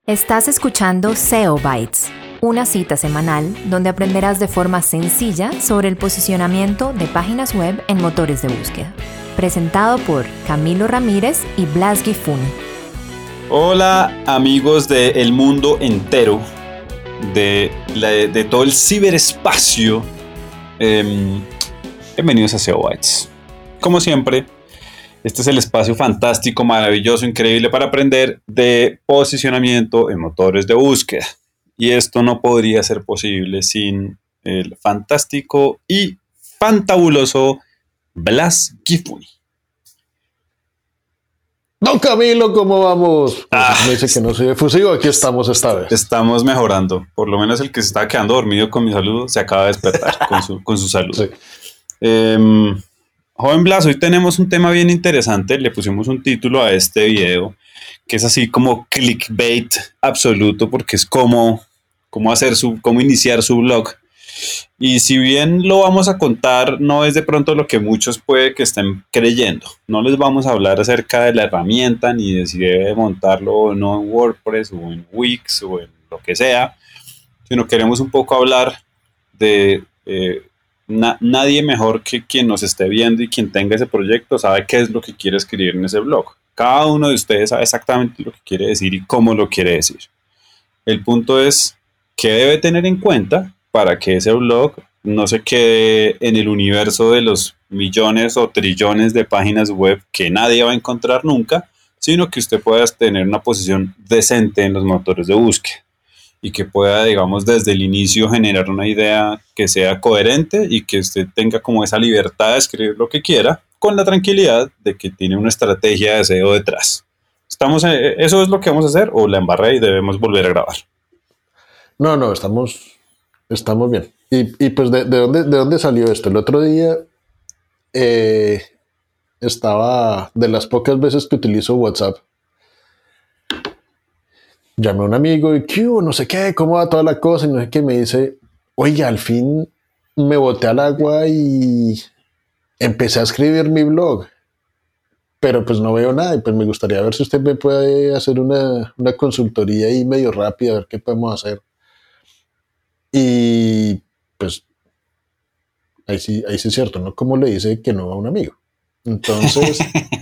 Estás escuchando SEO Bytes, una cita semanal donde aprenderás de forma sencilla sobre el posicionamiento de páginas web en motores de búsqueda. Presentado por Camilo Ramírez y Blas Gifuni. Hola amigos del mundo entero, de todo el ciberespacio. Bienvenidos a SEO Bytes. Como siempre, este es el espacio fantástico, maravilloso, increíble para aprender de posicionamiento en motores de búsqueda. Y esto no podría ser posible sin el fantástico y fantabuloso Blas Gifuni. Don Camilo, ¿cómo vamos? Me dice que no soy efusivo, aquí estamos esta vez. Estamos mejorando. Por lo menos el que se estaba quedando dormido con mi saludo se acaba de despertar con su saludo. Sí. Joven Blas, hoy tenemos un tema bien interesante. Le pusimos un título a este video que es así como clickbait absoluto, porque es cómo iniciar su blog. Y si bien lo vamos a contar, no es de pronto lo que muchos puede que estén creyendo. No les vamos a hablar acerca de la herramienta, ni de si debe montarlo o no en WordPress, o en Wix, o en lo que sea, sino queremos un poco hablar de... nadie mejor que quien nos esté viendo y quien tenga ese proyecto sabe qué es lo que quiere escribir en ese blog. Cada uno de ustedes sabe exactamente lo que quiere decir y cómo lo quiere decir. El punto es qué debe tener en cuenta para que ese blog no se quede en el universo de los millones o trillones de páginas web que nadie va a encontrar nunca, sino que usted pueda tener una posición decente en los motores de búsqueda y que pueda, digamos, desde el inicio generar una idea que sea coherente y que usted tenga como esa libertad de escribir lo que quiera con la tranquilidad de que tiene una estrategia de SEO detrás. ¿Eso es lo que vamos a hacer o la embarré y debemos volver a grabar? No, estamos bien. Y pues, ¿de dónde salió esto? El otro día estaba, de las pocas veces que utilizo WhatsApp, llamé a un amigo y no sé qué, cómo va toda la cosa, y no sé qué, me dice, oye, al fin me boté al agua y empecé a escribir mi blog, pero pues no veo nada, y pues me gustaría ver si usted me puede hacer una consultoría ahí medio rápida, a ver qué podemos hacer. Y pues ahí sí es cierto, ¿no? Como le dice que no a un amigo. Entonces,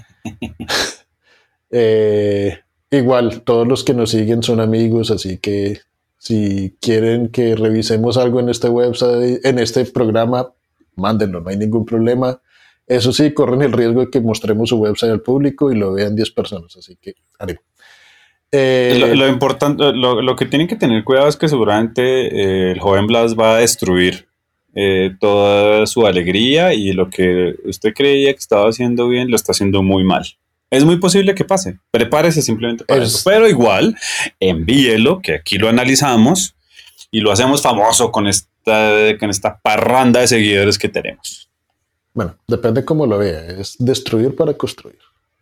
igual, todos los que nos siguen son amigos, así que si quieren que revisemos algo en este website, en este programa, mándenlo, no hay ningún problema. Eso sí, corren el riesgo de que mostremos su website al público y lo vean 10 personas, así que ánimo. Lo importante, lo que tienen que tener cuidado es que seguramente el joven Blas va a destruir toda su alegría y lo que usted creía que estaba haciendo bien lo está haciendo muy mal. Es muy posible que pase. Prepárese simplemente para eso. Pero igual, envíelo, que aquí lo analizamos y lo hacemos famoso con esta parranda de seguidores que tenemos. Bueno, depende cómo lo vea. Es destruir para construir.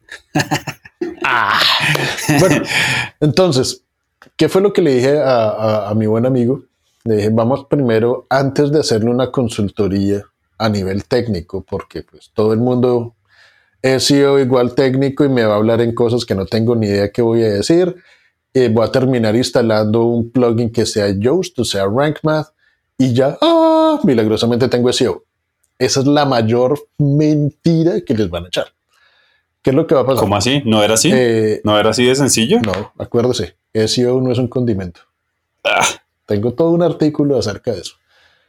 Bueno, entonces, ¿qué fue lo que le dije a mi buen amigo? Le dije, vamos primero, antes de hacerle una consultoría a nivel técnico, porque pues todo el mundo es SEO igual técnico y me va a hablar en cosas que no tengo ni idea qué voy a decir. Voy a terminar instalando un plugin que sea Yoast, o sea Rank Math, y ya, milagrosamente tengo SEO. Esa es la mayor mentira que les van a echar. ¿Qué es lo que va a pasar? ¿Cómo así? ¿No era así? ¿No era así de sencillo? No, acuérdese, SEO no es un condimento. Tengo todo un artículo acerca de eso.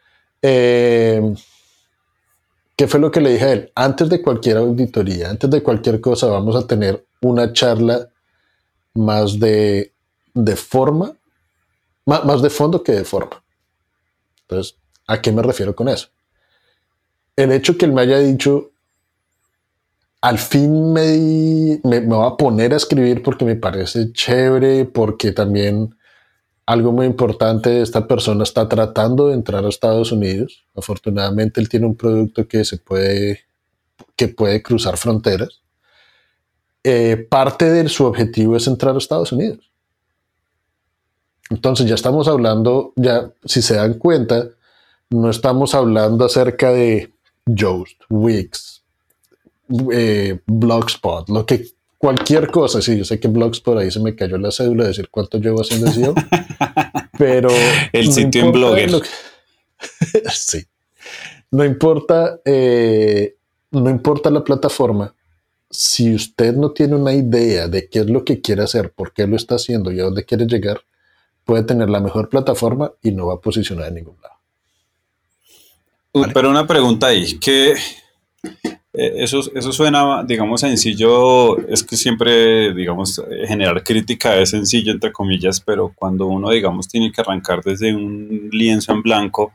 ¿Qué fue lo que le dije a él? Antes de cualquier auditoría, antes de cualquier cosa, vamos a tener una charla más de forma, más de fondo que de forma. Entonces, ¿a qué me refiero con eso? El hecho que él me haya dicho, al fin me voy a poner a escribir porque me parece chévere, porque también algo muy importante, esta persona está tratando de entrar a Estados Unidos. Afortunadamente él tiene un producto que puede cruzar fronteras. Parte de su objetivo es entrar a Estados Unidos. Entonces ya estamos hablando, ya si se dan cuenta, no estamos hablando acerca de Yoast, Wix, Blogspot, lo que cualquier cosa, sí, yo sé que blogs por ahí se me cayó la cédula de decir cuánto llevo haciendo SEO, pero el no sitio en importa Blogger. sí, no importa, no importa la plataforma. Si usted no tiene una idea de qué es lo que quiere hacer, por qué lo está haciendo y a dónde quiere llegar, puede tener la mejor plataforma y no va a posicionar en ningún lado. ¿Vale? Pero una pregunta ahí, que eso suena, digamos, sencillo, es que siempre, digamos, generar crítica es sencillo, entre comillas, pero cuando uno, digamos, tiene que arrancar desde un lienzo en blanco,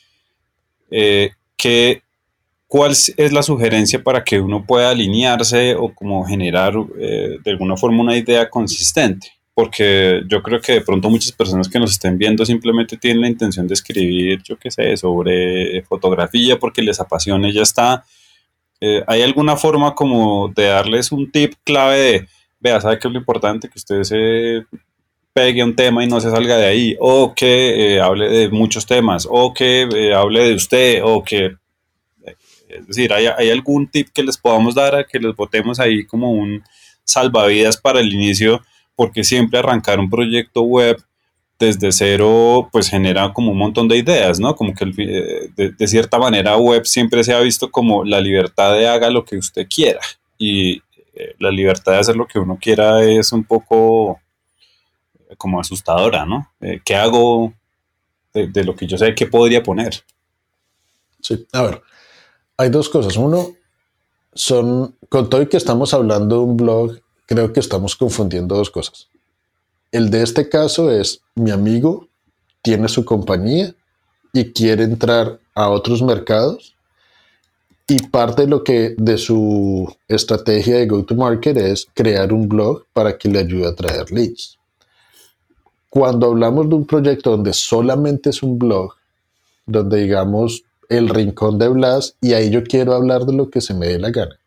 ¿qué, ¿cuál es la sugerencia para que uno pueda alinearse o como generar de alguna forma una idea consistente? Porque yo creo que de pronto muchas personas que nos estén viendo simplemente tienen la intención de escribir, yo qué sé, sobre fotografía porque les apasiona y ya está. ¿Hay alguna forma como de darles un tip clave de, vea, ¿sabe qué es lo importante? Que usted se pegue a un tema y no se salga de ahí, o que hable de muchos temas, o que hable de usted, o que es decir, ¿hay algún tip que les podamos dar a que les botemos ahí como un salvavidas para el inicio? Porque siempre arrancar un proyecto web desde cero, pues genera como un montón de ideas, ¿no? Como que de cierta manera web siempre se ha visto como la libertad de haga lo que usted quiera. Y la libertad de hacer lo que uno quiera es un poco como asustadora, ¿no? ¿Qué hago de lo que yo sé que podría poner? Sí, a ver, hay dos cosas. Uno, con todo y que estamos hablando de un blog, creo que estamos confundiendo dos cosas. El de este caso es mi amigo tiene su compañía y quiere entrar a otros mercados y parte de su estrategia de go-to-market es crear un blog para que le ayude a traer leads. Cuando hablamos de un proyecto donde solamente es un blog, donde digamos el rincón de Blas y ahí yo quiero hablar de lo que se me dé la gana,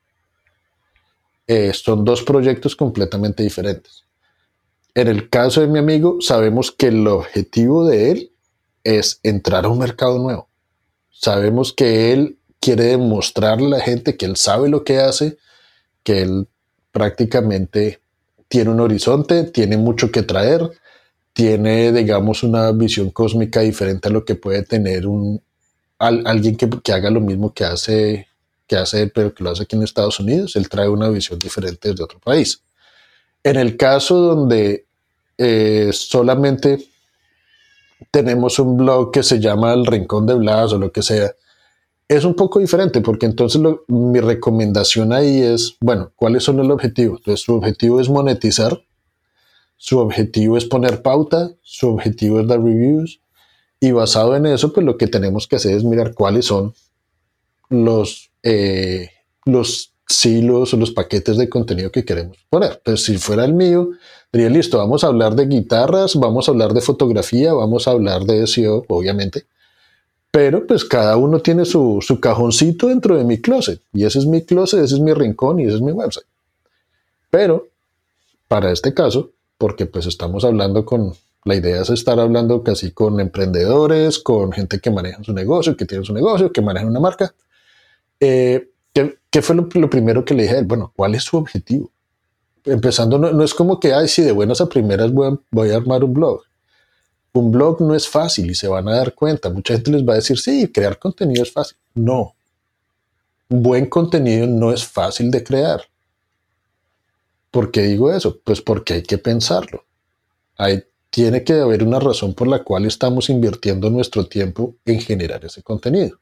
son dos proyectos completamente diferentes. En el caso de mi amigo, sabemos que el objetivo de él es entrar a un mercado nuevo. Sabemos que él quiere demostrarle a la gente que él sabe lo que hace, que él prácticamente tiene un horizonte, tiene mucho que traer, tiene, digamos, una visión cósmica diferente a lo que puede tener alguien que haga lo mismo que hace él, pero que lo hace aquí en Estados Unidos. Él trae una visión diferente desde otro país. En el caso donde solamente tenemos un blog que se llama El Rincón de Blas o lo que sea, es un poco diferente porque entonces mi recomendación ahí es, bueno, ¿cuáles son el objetivo? Entonces su objetivo es monetizar, su objetivo es poner pauta, su objetivo es dar reviews y basado en eso, pues lo que tenemos que hacer es mirar cuáles son los silos o los paquetes de contenido que queremos poner. Entonces, si fuera el mío, diría, listo, vamos a hablar de guitarras, vamos a hablar de fotografía, vamos a hablar de SEO, obviamente, pero pues cada uno tiene su cajoncito dentro de mi closet, y ese es mi closet, ese es mi rincón y ese es mi website. Pero, para este caso, porque pues estamos hablando la idea es estar hablando casi con emprendedores, con gente que maneja su negocio, que tiene su negocio, que maneja una marca. ¿Qué fue lo primero que le dije a él? Bueno, ¿cuál es su objetivo? Empezando, no es como que, ay, sí, de buenas a primeras voy a armar un blog. Un blog no es fácil y se van a dar cuenta. Mucha gente les va a decir, sí, crear contenido es fácil. No. Un buen contenido no es fácil de crear. ¿Por qué digo eso? Pues porque hay que pensarlo. Tiene que haber una razón por la cual estamos invirtiendo nuestro tiempo en generar ese contenido.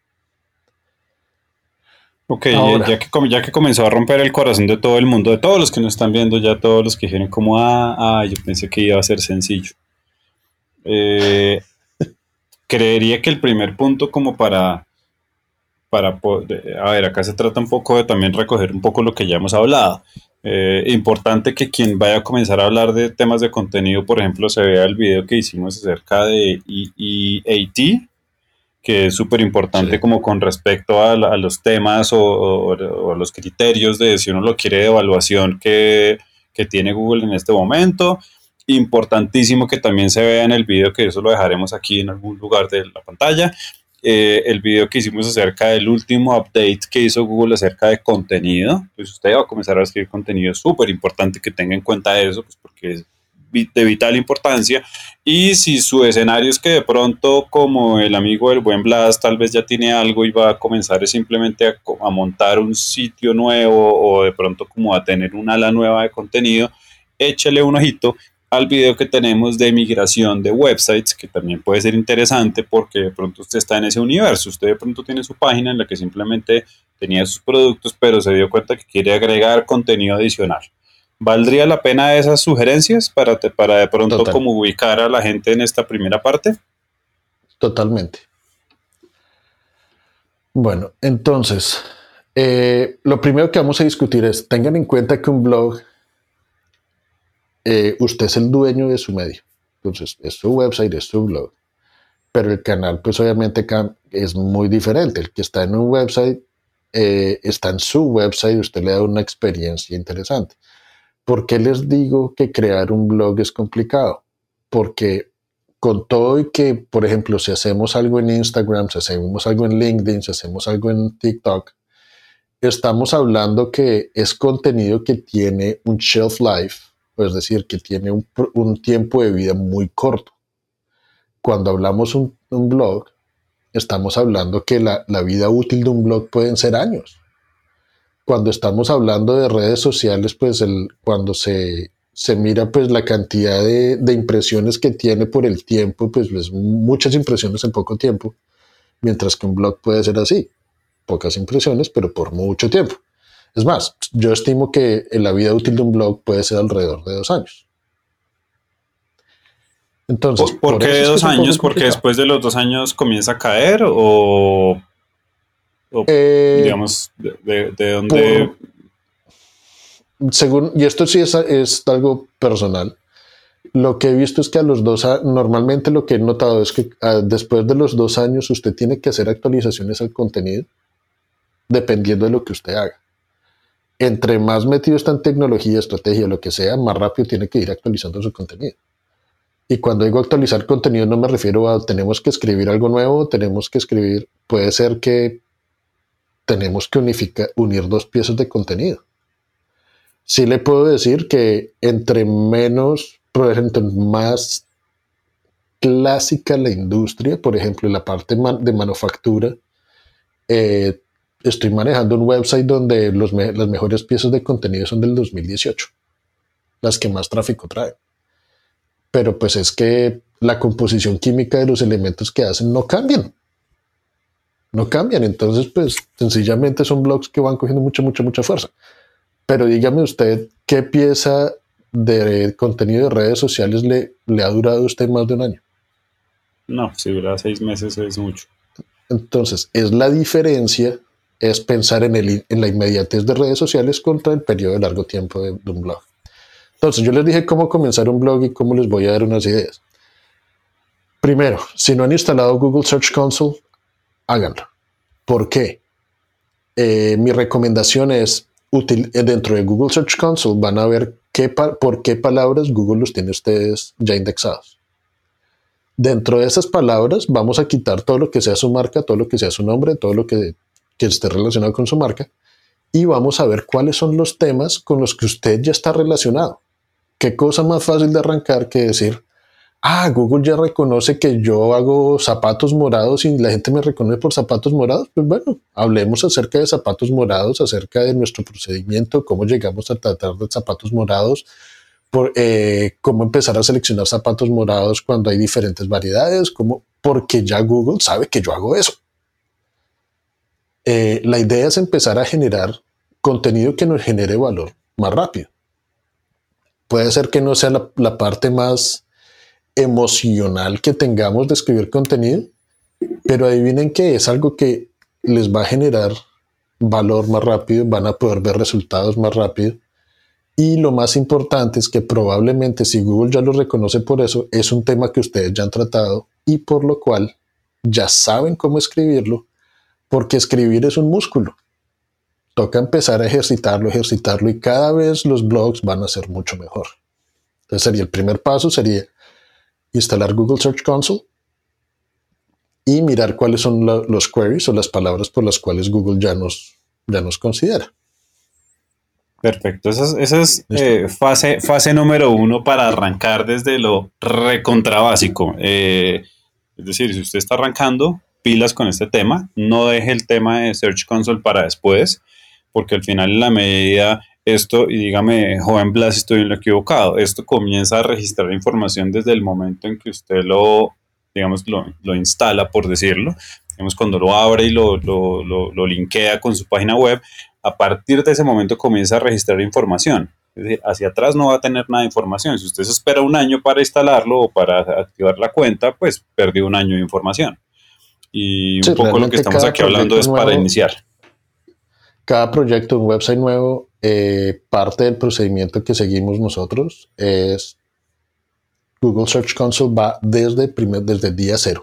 Ok, ahora, ya que comenzó a romper el corazón de todo el mundo, de todos los que nos están viendo, ya todos los que dijeron como, yo pensé que iba a ser sencillo. Creería que el primer punto como para poder, a ver, acá se trata un poco de también recoger un poco lo que ya hemos hablado. Importante que quien vaya a comenzar a hablar de temas de contenido, por ejemplo, se vea el video que hicimos acerca de EEAT, que es súper importante, sí, como con respecto a los temas o a los criterios de si uno lo quiere de evaluación que tiene Google en este momento. Importantísimo que también se vea en el video, que eso lo dejaremos aquí en algún lugar de la pantalla. el video que hicimos acerca del último update que hizo Google acerca de contenido. Pues usted va a comenzar a escribir contenido, es súper importante que tenga en cuenta eso, pues porque es de vital importancia. Y si su escenario es que de pronto, como el amigo del buen Blas, tal vez ya tiene algo y va a comenzar simplemente a montar un sitio nuevo o de pronto como a tener un ala nueva de contenido, échale un ojito al video que tenemos de migración de websites, que también puede ser interesante porque de pronto usted está en ese universo, usted de pronto tiene su página en la que simplemente tenía sus productos, pero se dio cuenta que quiere agregar contenido adicional. ¿Valdría la pena esas sugerencias para de pronto como ubicar a la gente en esta primera parte? Totalmente. Bueno, entonces, lo primero que vamos a discutir es, tengan en cuenta que un blog, usted es el dueño de su medio. Entonces, es su website, es su blog. Pero el canal, pues obviamente es muy diferente. El que está en un website, está en su website, usted le da una experiencia interesante. ¿Por qué les digo que crear un blog es complicado? Porque con todo y que, por ejemplo, si hacemos algo en Instagram, si hacemos algo en LinkedIn, si hacemos algo en TikTok, estamos hablando que es contenido que tiene un shelf life, es decir, que tiene un tiempo de vida muy corto. Cuando hablamos un blog, estamos hablando que la vida útil de un blog pueden ser años. Cuando estamos hablando de redes sociales, pues cuando se mira pues la cantidad de impresiones que tiene por el tiempo, pues muchas impresiones en poco tiempo, mientras que un blog puede ser así, pocas impresiones, pero por mucho tiempo. Es más, yo estimo que la vida útil de un blog puede ser alrededor de 2 años. Entonces, ¿Por qué 2 años? ¿Porque después de los 2 años comienza a caer o digamos, de dónde? Según, y esto sí es algo personal, lo que he visto es que a los 2 años, normalmente lo que he notado es que después de los 2 años usted tiene que hacer actualizaciones al contenido dependiendo de lo que usted haga. Entre más metido está en tecnología, estrategia, lo que sea, más rápido tiene que ir actualizando su contenido. Y cuando digo actualizar contenido no me refiero a tenemos que escribir algo nuevo, tenemos que escribir, puede ser que tenemos que unir 2 piezas de contenido. Sí le puedo decir que entre más clásica la industria, por ejemplo, en la parte de manufactura, estoy manejando un website donde las mejores piezas de contenido son del 2018, las que más tráfico traen. Pero pues es que la composición química de los elementos que hacen no cambian. No cambian, entonces pues sencillamente son blogs que van cogiendo mucha fuerza. Pero dígame usted, ¿qué pieza de contenido de redes sociales le ha durado a usted más de 1 año? No, si dura 6 meses es mucho. Entonces, la diferencia es pensar en la inmediatez de redes sociales contra el periodo de largo tiempo de un blog. Entonces, yo les dije cómo comenzar un blog y cómo les voy a dar unas ideas. Primero, si no han instalado Google Search Console, háganlo. ¿Por qué? Mi recomendación es, dentro de Google Search Console van a ver por qué palabras Google los tiene ustedes ya indexados. Dentro de esas palabras vamos a quitar todo lo que sea su marca, todo lo que sea su nombre, todo lo que esté relacionado con su marca, y vamos a ver cuáles son los temas con los que usted ya está relacionado. ¿Qué cosa más fácil de arrancar que decir, Google ya reconoce que yo hago zapatos morados y la gente me reconoce por zapatos morados? Pues bueno, hablemos acerca de zapatos morados, acerca de nuestro procedimiento, cómo llegamos a tratar de zapatos morados, cómo empezar a seleccionar zapatos morados cuando hay diferentes variedades, porque ya Google sabe que yo hago eso. La idea es empezar a generar contenido que nos genere valor más rápido. Puede ser que no sea la parte más emocional que tengamos de escribir contenido, pero adivinen que es algo que les va a generar valor más rápido, van a poder ver resultados más rápido, y lo más importante es que probablemente si Google ya lo reconoce por eso, es un tema que ustedes ya han tratado y por lo cual ya saben cómo escribirlo, porque escribir es un músculo. Toca empezar a ejercitarlo y cada vez los blogs van a ser mucho mejor. Entonces el primer paso sería instalar Google Search Console, y mirar cuáles son los queries o las palabras por las cuales Google ya nos considera. Perfecto, esa es fase número 1 para arrancar desde lo recontra básico. Es decir, si usted está arrancando, pilas con este tema, no deje el tema de Search Console para después, porque al final en la medida esto, y dígame, joven Blas, si estoy en lo equivocado, esto comienza a registrar información desde el momento en que usted lo instala, por decirlo, digamos, cuando lo abre y lo linkea con su página web. A partir de ese momento comienza a registrar información. Es decir, hacia atrás no va a tener nada de información. Si usted se espera un año para instalarlo o para activar la cuenta, pues perdió un año de información. Y un poco lo que estamos aquí hablando es para iniciar. Cada proyecto, un website nuevo, parte del procedimiento que seguimos nosotros es Google Search Console va desde el día 0.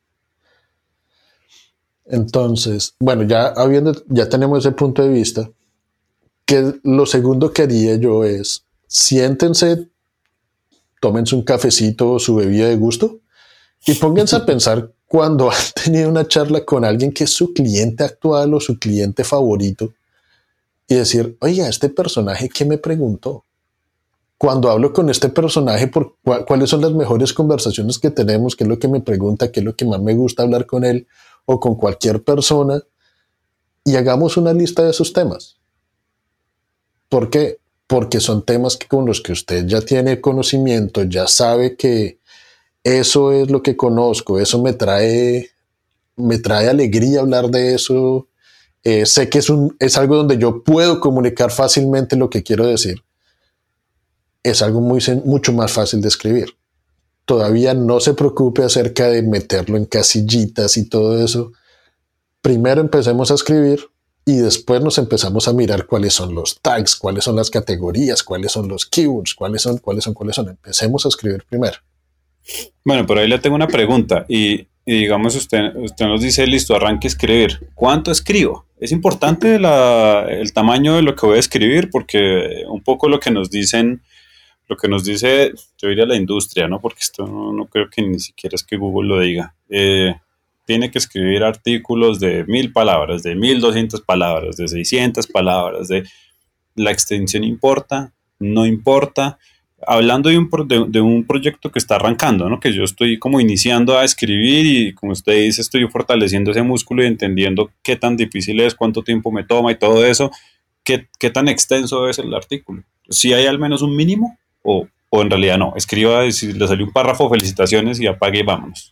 Entonces, bueno, ya tenemos ese punto de vista, que lo segundo que haría yo es, siéntense, tómense un cafecito o su bebida de gusto y pónganse a pensar cuando han tenido una charla con alguien que es su cliente actual o su cliente favorito y decir, oiga, este personaje, ¿qué me preguntó? Cuando hablo con este personaje, ¿cuáles son las mejores conversaciones que tenemos? ¿Qué es lo que me pregunta? ¿Qué es lo que más me gusta hablar con él o con cualquier persona? Y hagamos una lista de esos temas. ¿Por qué? Porque son temas con los que usted ya tiene conocimiento, ya sabe que eso es lo que conozco, eso me trae alegría hablar de eso. Sé que es algo donde yo puedo comunicar fácilmente lo que quiero decir. Es algo mucho más fácil de escribir. Todavía no se preocupe acerca de meterlo en casillitas y todo eso. Primero empecemos a escribir y después nos empezamos a mirar cuáles son los tags, cuáles son las categorías, cuáles son los keywords, cuáles son. Empecemos a escribir primero. Bueno, por ahí le tengo una pregunta y digamos usted nos dice, listo, arranque a escribir. ¿Cuánto escribo? Es importante el tamaño de lo que voy a escribir porque un poco lo que nos dice, yo diría la industria, ¿no? Porque esto no creo que ni siquiera es que Google lo diga. Tiene que escribir artículos de 1000 palabras, de 1200 palabras, de 600 palabras, la extensión importa, no importa. Hablando de un proyecto que está arrancando, ¿no? Que yo estoy como iniciando a escribir y como usted dice, estoy fortaleciendo ese músculo y entendiendo qué tan difícil es, cuánto tiempo me toma y todo eso, qué tan extenso es el artículo. Si hay al menos un mínimo o en realidad no. Escriba y si le salió un párrafo, felicitaciones y apague y vámonos.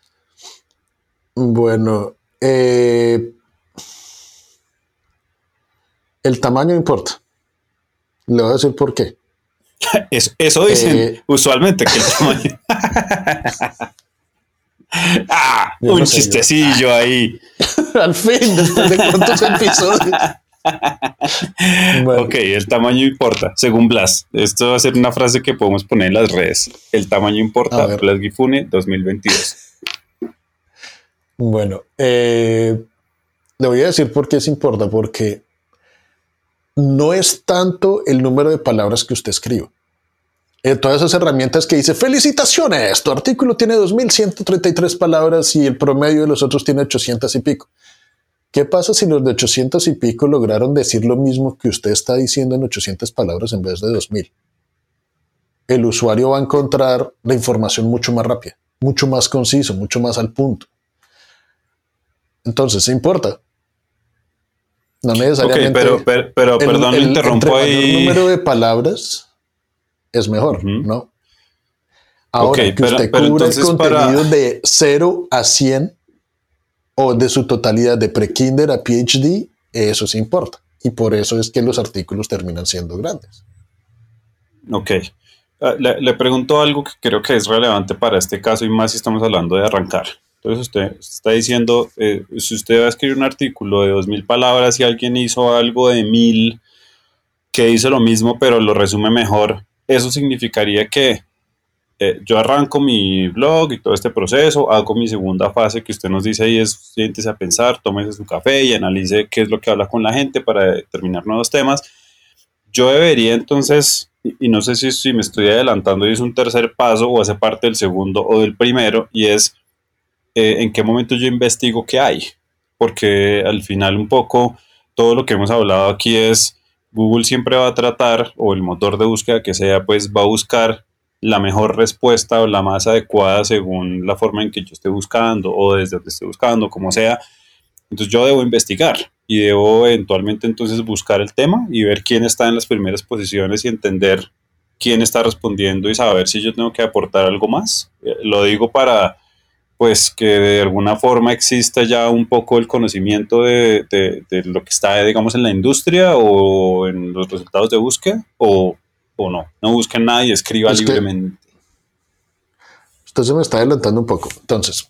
Bueno, el tamaño importa. Le voy a decir por qué. Eso dicen usualmente, que el tamaño. Un chistecillo ahí. Al fin, después de cuántos episodios. Bueno. Ok, el tamaño importa, según Blas. Esto va a ser una frase que podemos poner en las redes. El tamaño importa, Blas Gifune 2022. Bueno, le voy a decir por qué es importante, porque no es tanto el número de palabras que usted escriba. Todas esas herramientas que dice, felicitaciones, tu artículo tiene 2133 palabras y el promedio de los otros tiene 800 y pico. ¿Qué pasa si los de 800 y pico lograron decir lo mismo que usted está diciendo en 800 palabras en vez de 2000? El usuario va a encontrar la información mucho más rápida, mucho más conciso, mucho más al punto. Entonces, ¿se importa? No necesariamente. Okay, pero perdón, le interrumpo ahí. El número de palabras es mejor, ¿no? Ahora, que usted cubra el contenido de 0 a 100 o de su totalidad de pre-kinder a PhD, eso sí importa. Y por eso es que los artículos terminan siendo grandes. Ok. Le pregunto algo que creo que es relevante para este caso y más si estamos hablando de arrancar. Entonces usted está diciendo, si usted va a escribir un artículo de 2000 palabras y alguien hizo algo de 1000 que dice lo mismo pero lo resume mejor, eso significaría que yo arranco mi blog y todo este proceso, hago mi segunda fase que usted nos dice ahí es, siéntese a pensar, tómese su café y analice qué es lo que habla con la gente para determinar nuevos temas. Yo debería entonces, y no sé si me estoy adelantando y es un tercer paso o hace parte del segundo o del primero, y es en qué momento yo investigo qué hay, porque al final un poco todo lo que hemos hablado aquí es Google siempre va a tratar, o el motor de búsqueda que sea, pues va a buscar la mejor respuesta o la más adecuada según la forma en que yo esté buscando o desde donde esté buscando, como sea. Entonces yo debo investigar y debo eventualmente entonces buscar el tema y ver quién está en las primeras posiciones y entender quién está respondiendo y saber si yo tengo que aportar algo más. Lo digo para pues que de alguna forma exista ya un poco el conocimiento de lo que está, digamos, en la industria o en los resultados de búsqueda, o no busquen nada y escriba Es que libremente. usted se me está adelantando un poco. Entonces,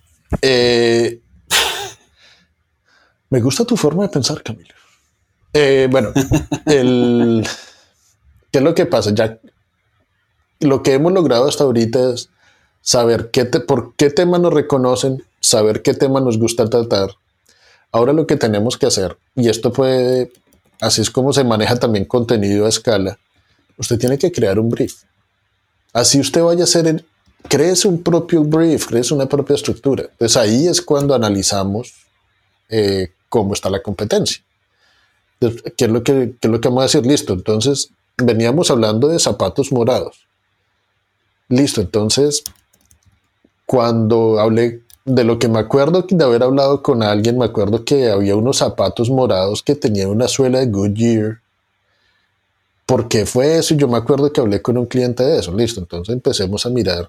me gusta tu forma de pensar, Camilo. Bueno, ¿qué es lo que pasa? Ya lo que hemos logrado hasta ahorita es saber por qué tema nos reconocen, saber qué tema nos gusta tratar. Ahora lo que tenemos que hacer, y esto puede, así es como se maneja también contenido a escala, usted tiene que crear un brief. Así usted vaya a hacer, créese un propio brief, créese una propia estructura. Entonces ahí es cuando analizamos cómo está la competencia. Entonces, ¿qué es lo que vamos a decir? Listo, entonces veníamos hablando de zapatos morados. Listo, entonces cuando hablé de lo que me acuerdo de haber hablado con alguien, me acuerdo que había unos zapatos morados que tenían una suela de Goodyear. ¿Por qué fue eso? Yo me acuerdo que hablé con un cliente de eso. Listo, entonces empecemos a mirar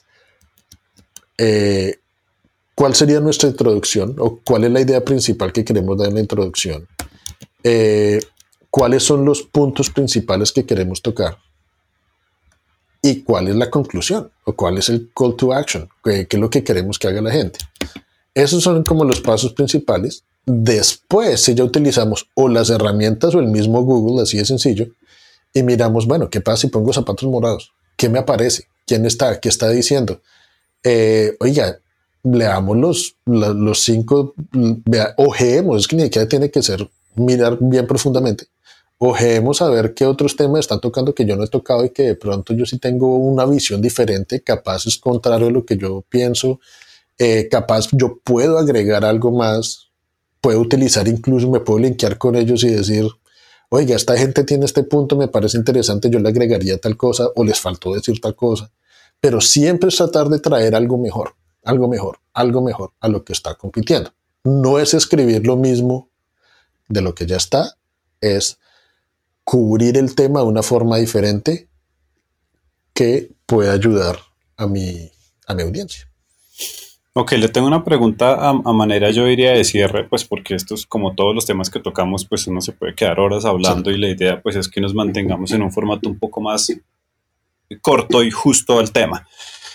cuál sería nuestra introducción o cuál es la idea principal que queremos dar en la introducción. ¿Cuáles son los puntos principales que queremos tocar? ¿Y cuál es la conclusión? ¿O cuál es el call to action? ¿Qué es lo que queremos que haga la gente? Esos son como los pasos principales. Después, si ya utilizamos o las herramientas o el mismo Google, así de sencillo, y miramos, bueno, ¿qué pasa si pongo zapatos morados? ¿Qué me aparece? ¿Quién está? ¿Qué está diciendo? Oiga, leamos los 5, ojeemos, es que ni siquiera tiene que ser mirar bien profundamente. Ojeemos a ver qué otros temas están tocando que yo no he tocado y que de pronto yo sí tengo una visión diferente, capaz es contrario a lo que yo pienso, capaz yo puedo agregar algo más, puedo utilizar incluso, me puedo linkear con ellos y decir, oiga, esta gente tiene este punto, me parece interesante, yo le agregaría tal cosa o les faltó decir tal cosa, pero siempre es tratar de traer algo mejor, algo mejor, algo mejor a lo que está compitiendo. No es escribir lo mismo de lo que ya está, es cubrir el tema de una forma diferente que pueda ayudar a mi audiencia. Ok, le tengo una pregunta a manera, yo diría, de cierre, pues porque estos, como todos los temas que tocamos, pues uno se puede quedar horas hablando, sí. Y la idea pues es que nos mantengamos en un formato un poco más corto y justo al tema.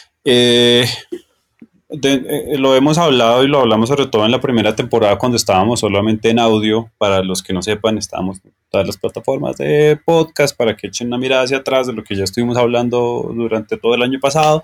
Lo hemos hablado y lo hablamos sobre todo en la primera temporada cuando estábamos solamente en audio. Para los que no sepan, estábamos en todas las plataformas de podcast para que echen una mirada hacia atrás de lo que ya estuvimos hablando durante todo el año pasado.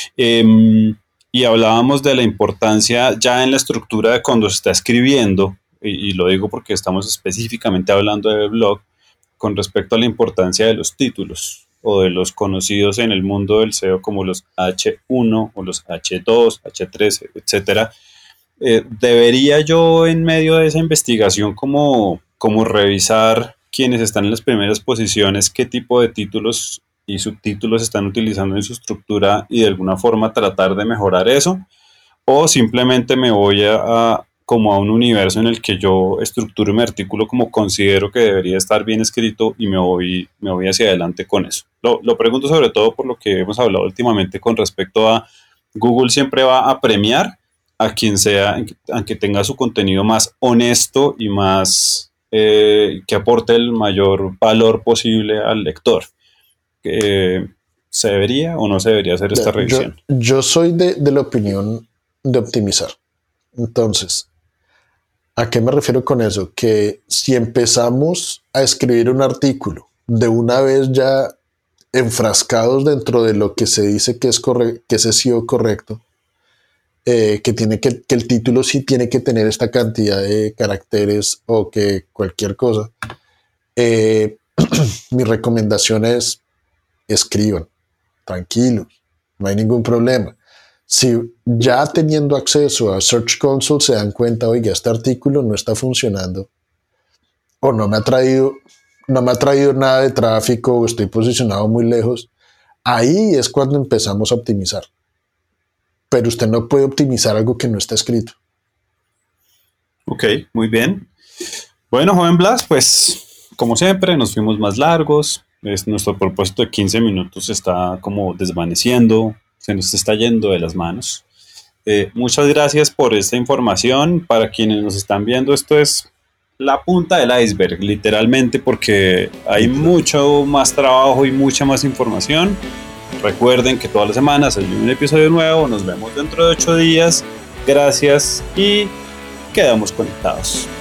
Y hablábamos de la importancia ya en la estructura de cuando se está escribiendo, y lo digo porque estamos específicamente hablando de blog, con respecto a la importancia de los títulos o de los conocidos en el mundo del SEO como los H1 o los H2, H3, etcétera. Debería yo en medio de esa investigación como revisar quiénes están en las primeras posiciones, qué tipo de títulos y subtítulos están utilizando en su estructura y de alguna forma tratar de mejorar eso, o simplemente me voy como a un universo en el que yo estructuro mi artículo como considero que debería estar bien escrito y me voy hacia adelante con eso. Lo pregunto sobre todo por lo que hemos hablado últimamente con respecto a Google siempre va a premiar a quien sea, aunque tenga su contenido más honesto y más que aporte el mayor valor posible al lector. ¿Se debería o no se debería hacer esta revisión? Yo soy de la opinión de optimizar. Entonces, ¿a qué me refiero con eso? Que si empezamos a escribir un artículo de una vez ya enfrascados dentro de lo que se dice que es que es SEO correcto, que el título sí tiene que tener esta cantidad de caracteres o que cualquier cosa, mi recomendación es escriban, tranquilos, no hay ningún problema. Si ya teniendo acceso a Search Console se dan cuenta, oiga, este artículo no está funcionando, o no me ha traído nada de tráfico, o estoy posicionado muy lejos, ahí es cuando empezamos a optimizar. Pero usted no puede optimizar algo que no está escrito. Ok, muy bien. Bueno, joven Blas, pues como siempre nos fuimos más largos. Nuestro propósito de 15 minutos se está como desvaneciendo, se nos está yendo de las manos. Muchas gracias por esta información. Para quienes nos están viendo, esto es la punta del iceberg, literalmente, porque hay mucho más trabajo y mucha más información. Recuerden que todas las semanas hay un episodio nuevo. Nos vemos dentro de 8 días. Gracias y quedamos conectados.